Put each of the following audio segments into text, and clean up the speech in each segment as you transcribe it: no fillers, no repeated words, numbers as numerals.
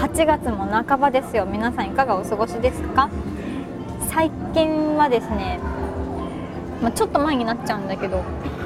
8月も半ばですよ。皆さんいかがお過ごしですか？最近はですね、ちょっと前になっちゃうんだけど、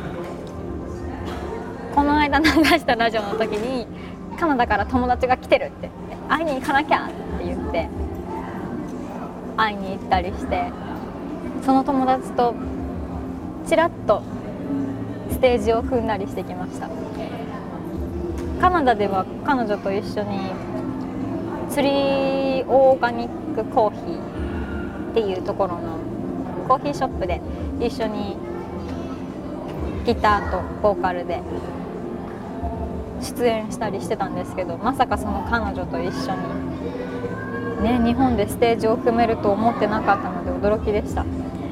この間流したラジオの時にカナダから友達が来てるって会いに行かなきゃって言って会いに行ったりして、その友達とちらっとステージを踏んだりしてきました。カナダでは彼女と一緒にツリーオーガニックコーヒーっていうところのコーヒーショップで一緒にギターとボーカルで出演したりしてたんですけど、まさかその彼女と一緒にね、日本でステージを組めると思ってなかったので驚きでした。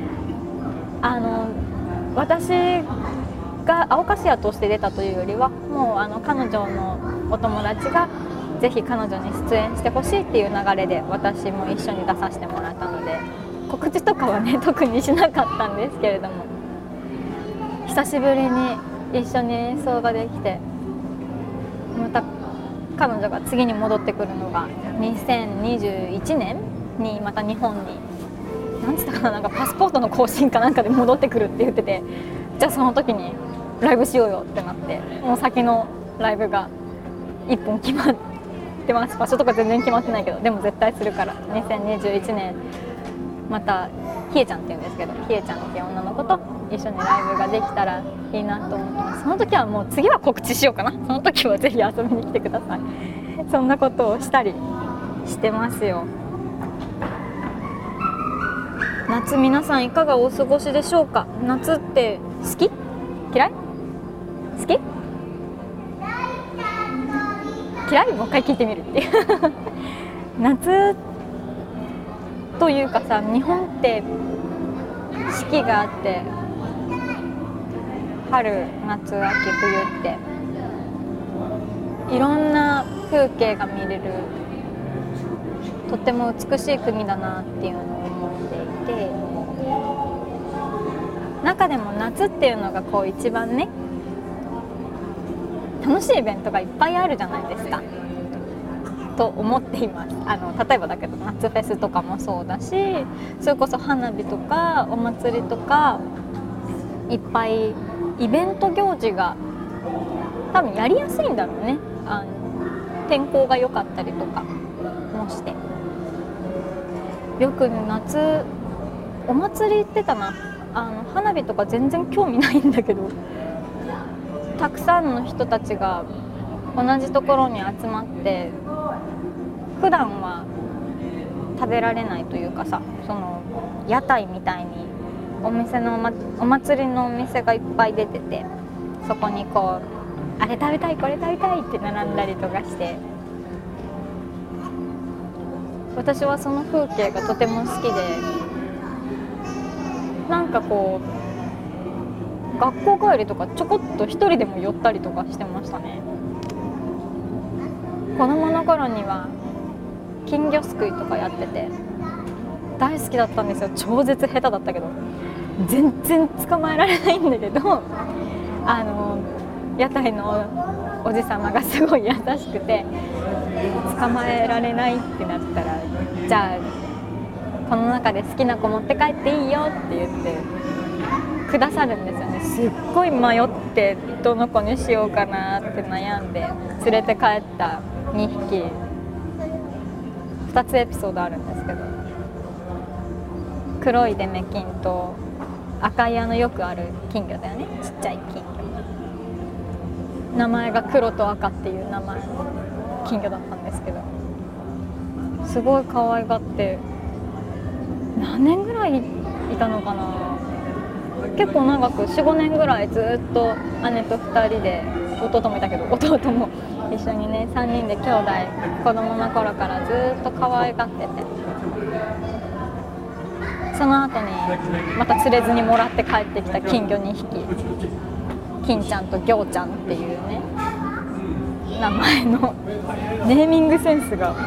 私が青カシアとして出たというよりは、もう彼女のお友達がぜひ彼女に出演してほしいっていう流れで私も一緒に出させてもらったので、告知とかはね特にしなかったんですけれども、久しぶりに一緒に演奏ができて、また彼女が次に戻ってくるのが2021年にまた日本になんつったかな、なんかパスポートの更新かなんかで戻ってくるって言ってて、じゃあその時にライブしようよってなって、もう先のライブが1本決まってます。場所とか全然決まってないけど、でも絶対するから、2021年またひえちゃんって言うんですけど、ひえちゃんっていう女の子と一緒にライブができたらいいなと思ってます。その時はもう次は告知しようかな。その時はぜひ遊びに来てください。そんなことをしたりしてますよ。夏、皆さんいかがお過ごしでしょうか？夏って好き？嫌い？好き？嫌い？もう一回聞いてみるっていう夏というかさ、日本って四季があって、春、夏、秋、冬っていろんな風景が見れる、とっても美しい国だなっていうのを思っていて、中でも夏っていうのがこう一番ね、楽しいイベントがいっぱいあるじゃないですかと思っています。例えばだけど夏フェスとかもそうだし、それこそ花火とかお祭りとかいっぱいイベント行事が多分やりやすいんだろうね。天候が良かったりとかもして、よく夏お祭り行ってたな。花火とか全然興味ないんだけど、たくさんの人たちが同じところに集まって、普段は食べられないというかさ、その屋台みたいにお店のお祭りのお店がいっぱい出てて、そこにこうあれ食べたいこれ食べたいって並んだりとかして、私はその風景がとても好きで、なんかこう学校帰りとかちょこっと一人でも寄ったりとかしてましたね。子供の頃には金魚すくいとかやってて大好きだったんですよ。超絶下手だったけど全然捕まえられないんだけど、屋台のおじさまがすごい優しくて、捕まえられないってなったら、じゃあこの中で好きな子持って帰っていいよって言ってくださるんですよね。すっごい迷ってどの子にしようかなって悩んで連れて帰った2匹、2つエピソードあるんですけど、黒いデメキンと赤いよくある金魚だよね、ちっちゃい金魚。名前が黒と赤っていう名前の金魚だったんですけど、すごい可愛がって、何年ぐらいいたのかな、結構長く 4,5 年ぐらいずっと姉と2人で、弟もいたけど弟も一緒にね、3人で兄弟子供の頃からずっと可愛がってて、その後にまた釣れずにもらって帰ってきた金魚2匹、金ちゃんとギョーちゃんっていうね名前のネーミングセンスが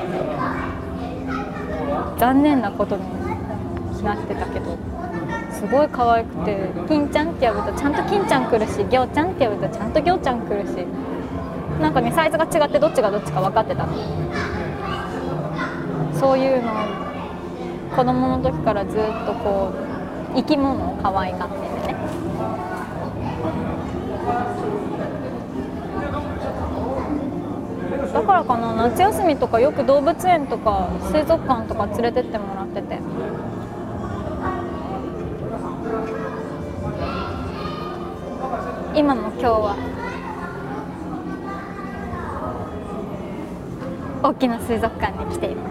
残念なことになってたけど、すごい可愛くて、金ちゃんって呼ぶとちゃんと金ちゃん来るし、ギョーちゃんって呼ぶとちゃんとギョーちゃん来るし、なんかねサイズが違ってどっちがどっちか分かってたの。 そういうのを子供の時からずっとこう生き物を可愛がっててね。だからかな、夏休みとかよく動物園とか水族館とか連れてってもらってて、今も今日は大きな水族館に来ています。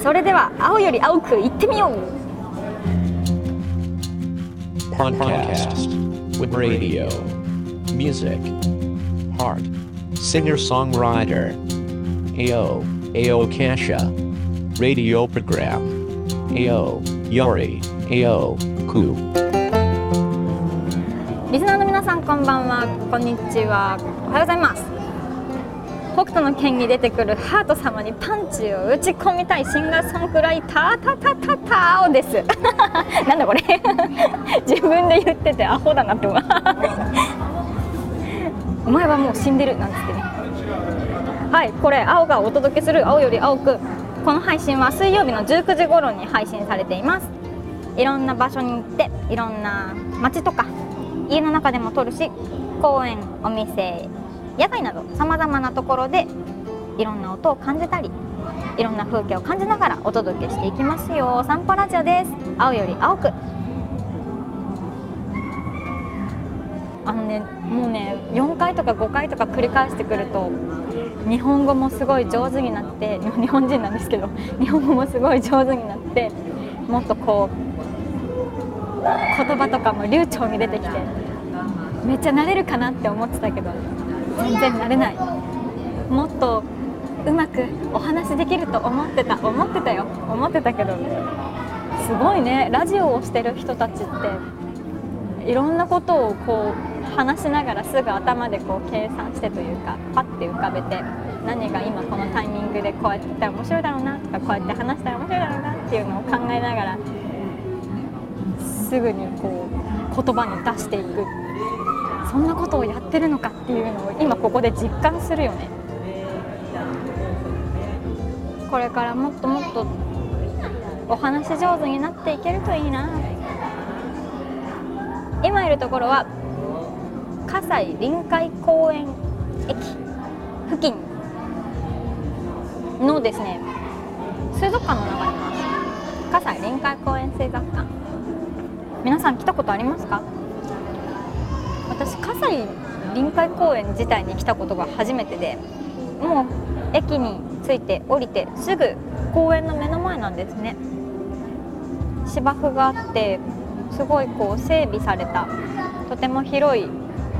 それでは青より青く行ってみよう。 Podcast with radio, music, heart, singer-songwriter, AO Kasha, radio program, AO Yori, AO Ku。 リスナーの皆さんこんばんは、こんにちは、おはようございます。北斗の拳に出てくるハート様にパンチを打ち込みたいシンガーソングライタータタタタオですなんだこれ自分で言っててアホだなって思うお前はもう死んでるなんつってね。はい、これ青がお届けする青より青く、この配信は水曜日の19時頃に配信されています。いろんな場所に行っていろんな街とか家の中でも撮るし、公園、お店、野外などさまざまなところでいろんな音を感じたりいろんな風景を感じながらお届けしていきますよ。散歩ラジオです。青より青く。もうね4回とか5回とか繰り返してくると日本語もすごい上手になって、日本人なんですけど日本語もすごい上手になって、もっとこう言葉とかも流暢に出てきてめっちゃ慣れるかなって思ってたけど全然慣れない。もっとうまくお話できると思ってたけど、すごいね。ラジオをしてる人たちっていろんなことをこう話しながらすぐ頭でこう計算してというかパッて浮かべて、何が今このタイミングでこうやって言ったら面白いだろうなとか、こうやって話したら面白いだろうなっていうのを考えながらすぐにこう言葉に出していく。そんなことをやってるのかっていうのを今ここで実感するよね。これからもっともっとお話上手になっていけるといいな。今いるところは葛西臨海公園駅付近のですね、水族館の中にいます。葛西臨海公園水族館、皆さん来たことありますか？私葛西臨海公園自体に来たことが初めてで、もう駅に着いて降りてすぐ公園の目の前なんですね。芝生があってすごいこう整備されたとても広い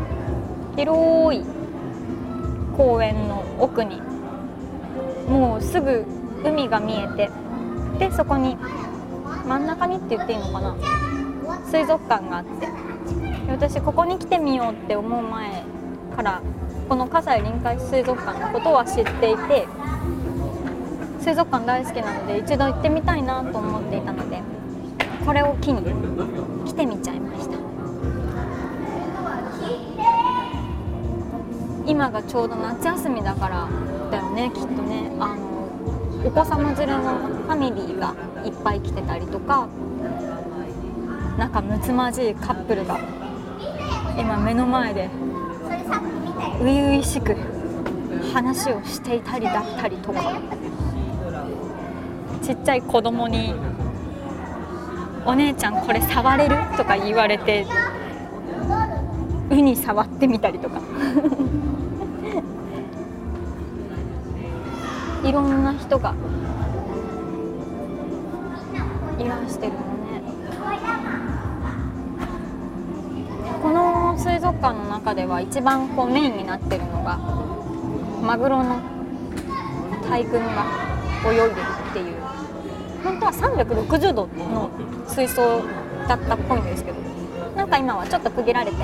公園の奥にもうすぐ海が見えて、でそこに真ん中にって言っていいのかな、水族館があって、私ここに来てみようって思う前からこの葛西臨海水族館のことは知っていて、水族館大好きなので一度行ってみたいなと思っていたので、これを機に来てみちゃいました。今がちょうど夏休みだからだよね、きっとね。お子様連れのファミリーがいっぱい来てたりとか、なんかむつまじいカップルが今目の前で初々しく話をしていたりだったりとか、ちっちゃい子供にお姉ちゃんこれ触れるとか言われてウニ触ってみたりとかいろんな人がいらしてるのね。この水族館の中では一番こうメインになってるのがマグロの大群が泳いでるっていう、本当は360度の水槽だったっぽいんですけど、なんか今はちょっと区切られて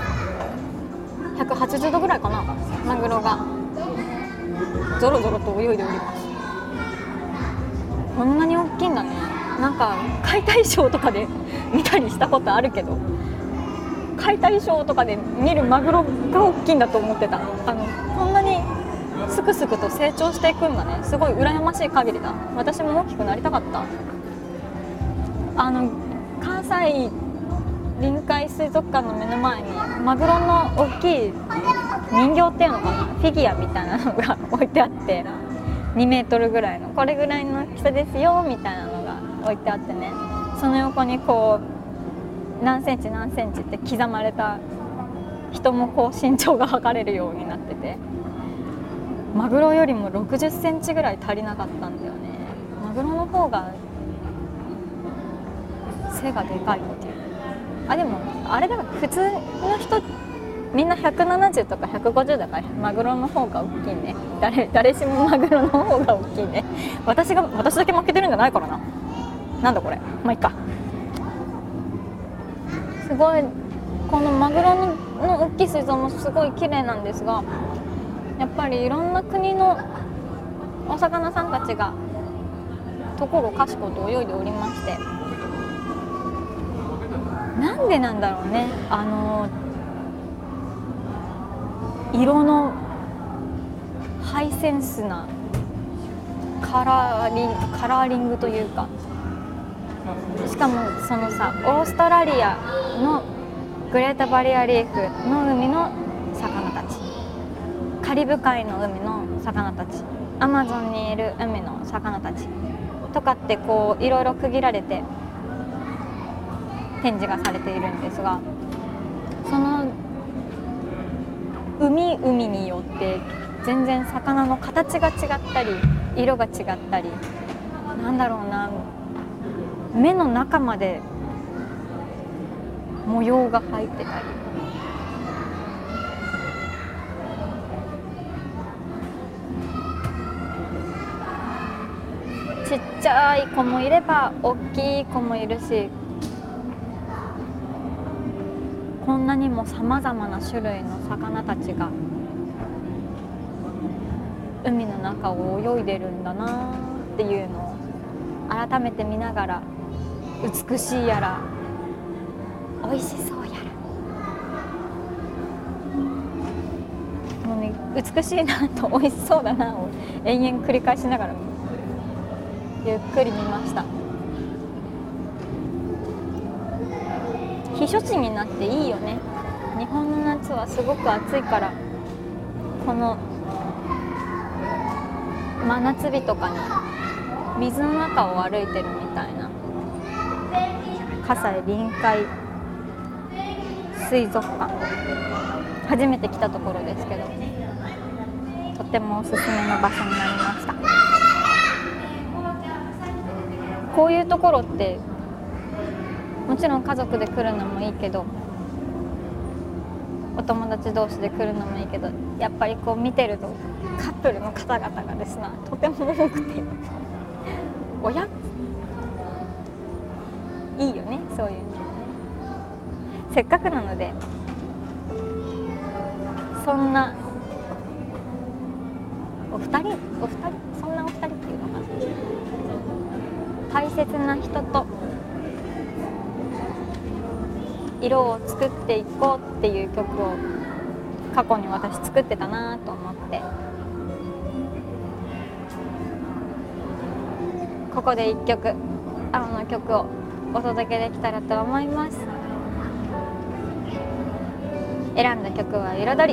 180度ぐらいかな、マグロがゾロゾロと泳いでおります。こんなに大きいんだね。なんか解体ショーとかで見たりしたことあるけど、解体ショーとかで見るマグロが大きいんだと思ってた。こんなにすくすくと成長していくんだね。すごい羨ましい限りだ。私も大きくなりたかった。関西臨海水族館の目の前にマグロの大きい人形っていうのかな、フィギュアみたいなのが置いてあって、2メートルぐらいの、これぐらいの大きさですよみたいなのが置いてあってね、その横にこう何センチ何センチって刻まれた、人もこう身長が測れるようになってて、マグロよりも60センチぐらい足りなかったんだよね。マグロの方が背がでかいっていう。でもあれだから普通の人みんな170とか150だからマグロの方が大きいね。誰しもマグロの方が大きいね。私だけ負けてるんじゃないからな。なんだこれ、まあいいか。すごいこのマグロの大きい水槽もすごい綺麗なんですが、やっぱりいろんな国のお魚さんたちがところかしこと泳いでおりまして、なんでなんだろうね、色のハイセンスなカラーリングというか、しかもそのさ、オーストラリアのグレートバリアリーフの海の魚たち、カリブ海の海の魚たち、アマゾンにいる海の魚たちとかってこういろいろ区切られて展示がされているんですが、その海によって全然魚の形が違ったり色が違ったり、なんだろうな、目の中まで模様が入ってたり、ちっちゃい子もいれば大きい子もいるし、こんなにもさまざまな種類の魚たちが海の中を泳いでるんだなっていうのを改めて見ながら、美しいやら美味しそうやら、もうね、美しいなと美味しそうだなを延々繰り返しながらゆっくり見ました。避暑地になっていいよね。日本の夏はすごく暑いから、この真夏日とかに水の中を歩いてるみたいな葛西臨海水族館、初めて来たところですけど、とてもおすすめの場所になりました。こういうところってもちろん家族で来るのもいいけど、お友達同士で来るのもいいけど、やっぱりこう見てるとカップルの方々がですな、とても多くていいよね、そういうの。せっかくなので、そんなお二人そんなお二人っていうのかな、大切な人と色を作っていこうっていう曲を過去に私作ってたなと思って、ここで一曲青の曲をお届けできたらと思います。選んだ曲は彩り。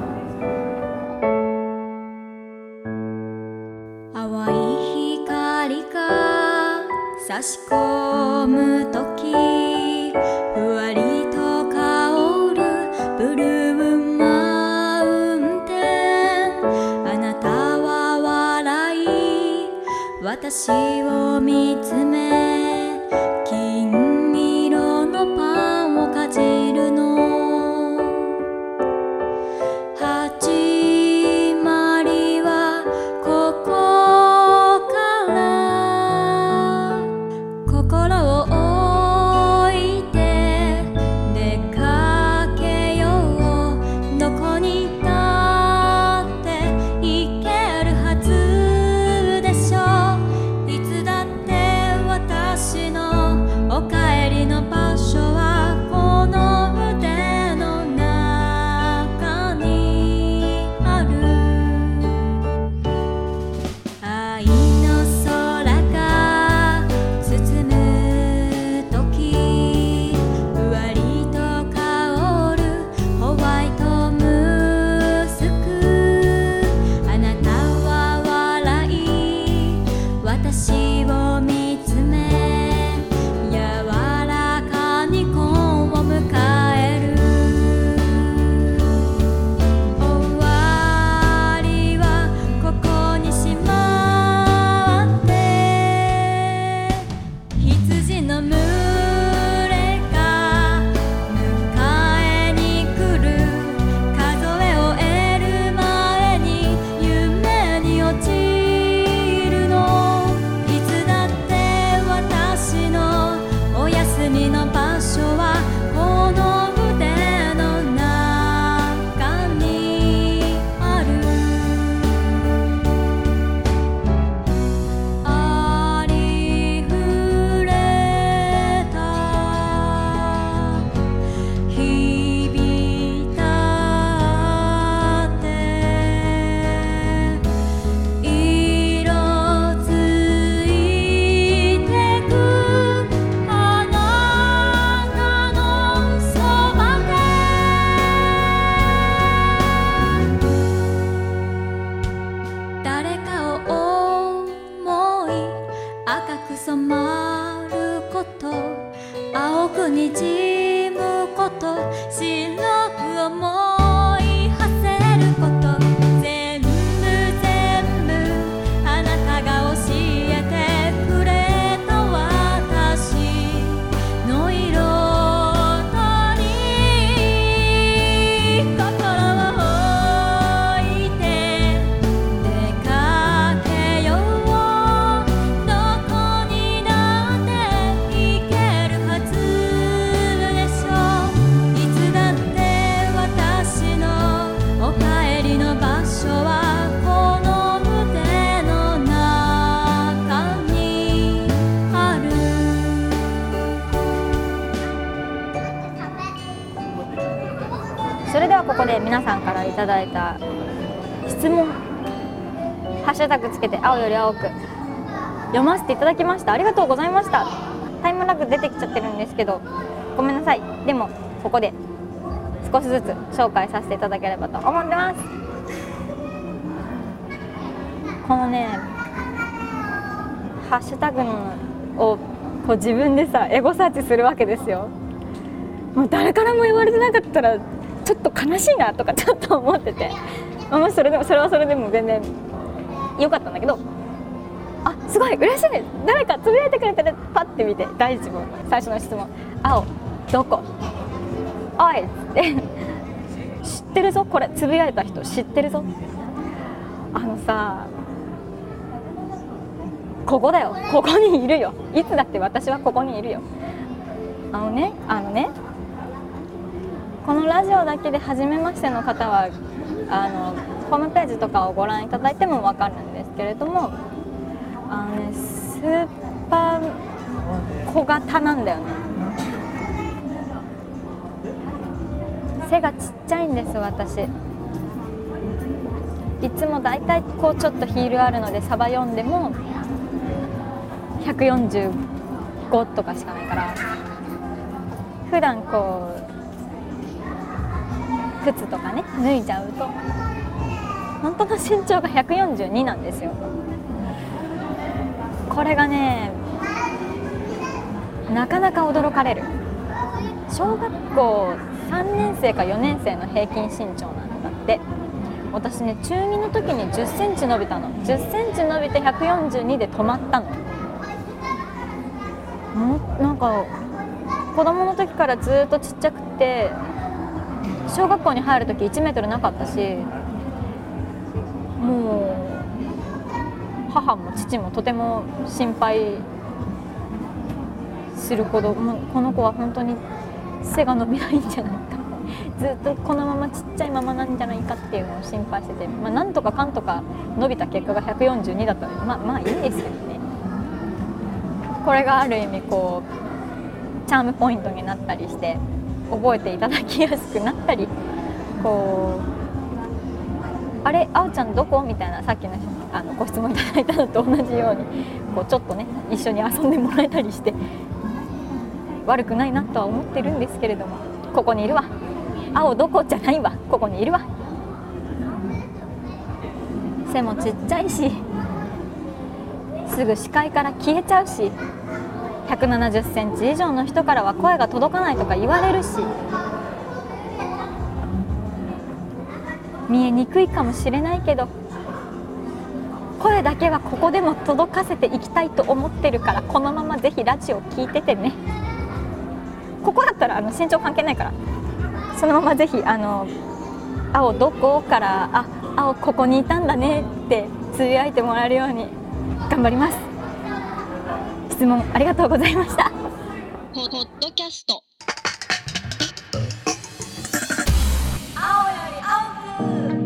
淡い光が差し込むとき、ふわりと香るブルーマウンテン。あなたは笑い私を見つめ、金色のパンをかじるの。始まりはここから、心を置いて出かけよう。どこにだって行けるはずでしょう。いつだって皆さんからいただいた質問、ハッシュタグつけて青より青く読ませていただきました。ありがとうございました。タイムラグ出てきちゃってるんですけどごめんなさい。でもここで少しずつ紹介させていただければと思ってます。このねハッシュタグをこう自分でさエゴサーチするわけですよ。もう誰からも言われてなかったらちょっと悲しいなとかちょっと思ってて、もしそれはそれでも全然良かったんだけど、あすごい嬉しい、誰かつぶやいてくれてる。パッて見て第一問最初の質問、青どこおいって知ってるぞ、これつぶやいた人知ってるぞ。さここだよ、ここにいるよ、いつだって私はここにいるよ。あのねこのラジオだけで初めましての方はホームページとかをご覧いただいても分かるんですけれども、スーパー小型なんだよね。背がちっちゃいんです私。いつもだいたいこうちょっとヒールあるのでサバ読んでも145とかしかないから、普段こう靴とかね脱いじゃうと本当の身長が142なんですよ。これがねなかなか驚かれる。小学校3年生か4年生の平均身長なんだって。私ね中2の時に10センチ伸びたの。10センチ伸びて142で止まったの。なんか子供の時からずっとちっちゃくて、小学校に入る時1メートルなかったし、もう母も父もとても心配するほど、もうこの子は本当に背が伸びないんじゃないか、ずっとこのままちっちゃいままなんじゃないかっていうのを心配してて、なんとかかんとか伸びた結果が142だったのでまあいいんですけどね。これがある意味こうチャームポイントになったりして覚えていただきやすくなったり、こうあれあおちゃんどこみたいなさっきのご質問いただいたのと同じようにこうちょっとね一緒に遊んでもらえたりして悪くないなとは思ってるんですけれども、ここにいるわ、青どこじゃないわ、ここにいるわ。背もちっちゃいしすぐ視界から消えちゃうし、170センチ以上の人からは声が届かないとか言われるし、見えにくいかもしれないけど声だけはここでも届かせていきたいと思ってるから、このままぜひラジオ聞いててね。ここだったら身長関係ないから、そのままぜひ青どこから青ここにいたんだねってつぶやいてもらえるように頑張ります。質問ありがとうございました。 ポッドキャスト青より青く。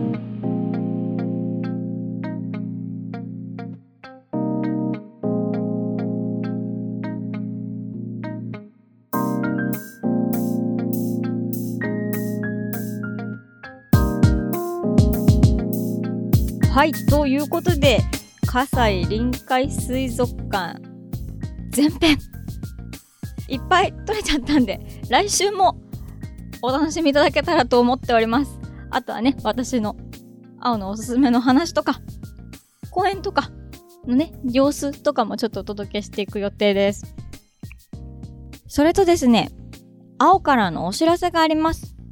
はい、ということで葛西臨海水族館前編いっぱい撮れちゃったんで、来週もお楽しみいただけたらと思っております。あとはね、私の青のおすすめの話とか公園とかのね様子とかもちょっとお届けしていく予定です。それとですね、青からのお知らせがあります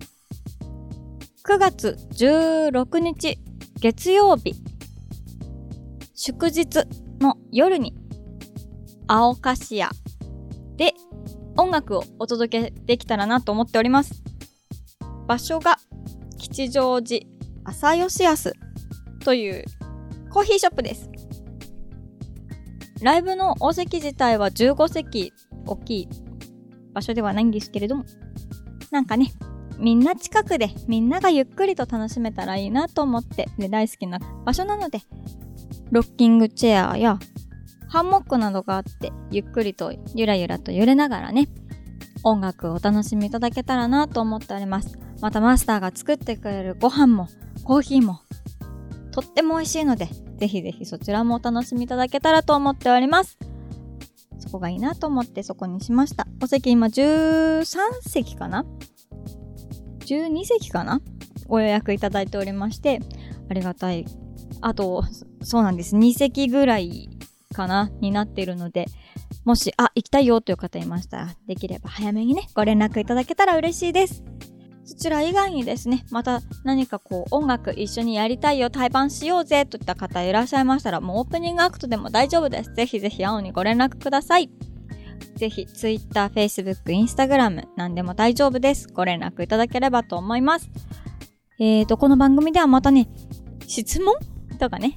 。9月16日月曜日祝日の夜に青菓子屋で音楽をお届けできたらなと思っております。場所が吉祥寺朝吉安というコーヒーショップです。ライブのお席自体は15席大きい場所ではないんですけれども、なんかねみんな近くでみんながゆっくりと楽しめたらいいなと思ってで大好きな場所なので、ロッキングチェアやハンモックなどがあってゆっくりとゆらゆらと揺れながらね音楽をお楽しみいただけたらなと思っております。 またマスターが作ってくれるご飯もコーヒーもとっても美味しいので、ぜひぜひそちらもお楽しみいただけたらと思っております。そこがいいなと思ってそこにしました。お席今13席かな12席かなご予約いただいておりまして、ありがたい。あとそうなんです、2席ぐらいかなになっているので、もし行きたいよという方いましたら、できれば早めにねご連絡いただけたら嬉しいです。そちら以外にですね、また何か音楽一緒にやりたいよ、対バンしようぜといった方いらっしゃいましたら、もうオープニングアクトでも大丈夫です。ぜひぜひ青にご連絡ください。ぜひ Twitter、Facebook、Instagram 何でも大丈夫です。ご連絡いただければと思います。この番組ではまたね、質問とかね、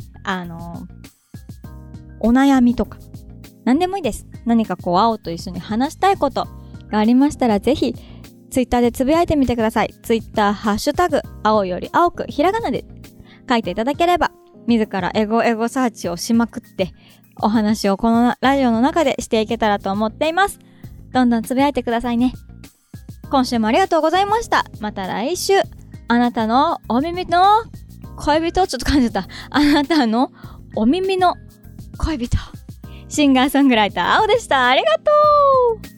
お悩みとか何でもいいです。何か青と一緒に話したいことがありましたら、ぜひツイッターでつぶやいてみてください。ツイッターハッシュタグ青より青くひらがなで書いていただければ、自らエゴサーチをしまくってお話をこのラジオの中でしていけたらと思っています。どんどんつぶやいてくださいね。今週もありがとうございました。また来週、あなたのお耳の恋人、ちょっと感じた。あなたのお耳の恋人、シンガーソングライター青でした。ありがとう。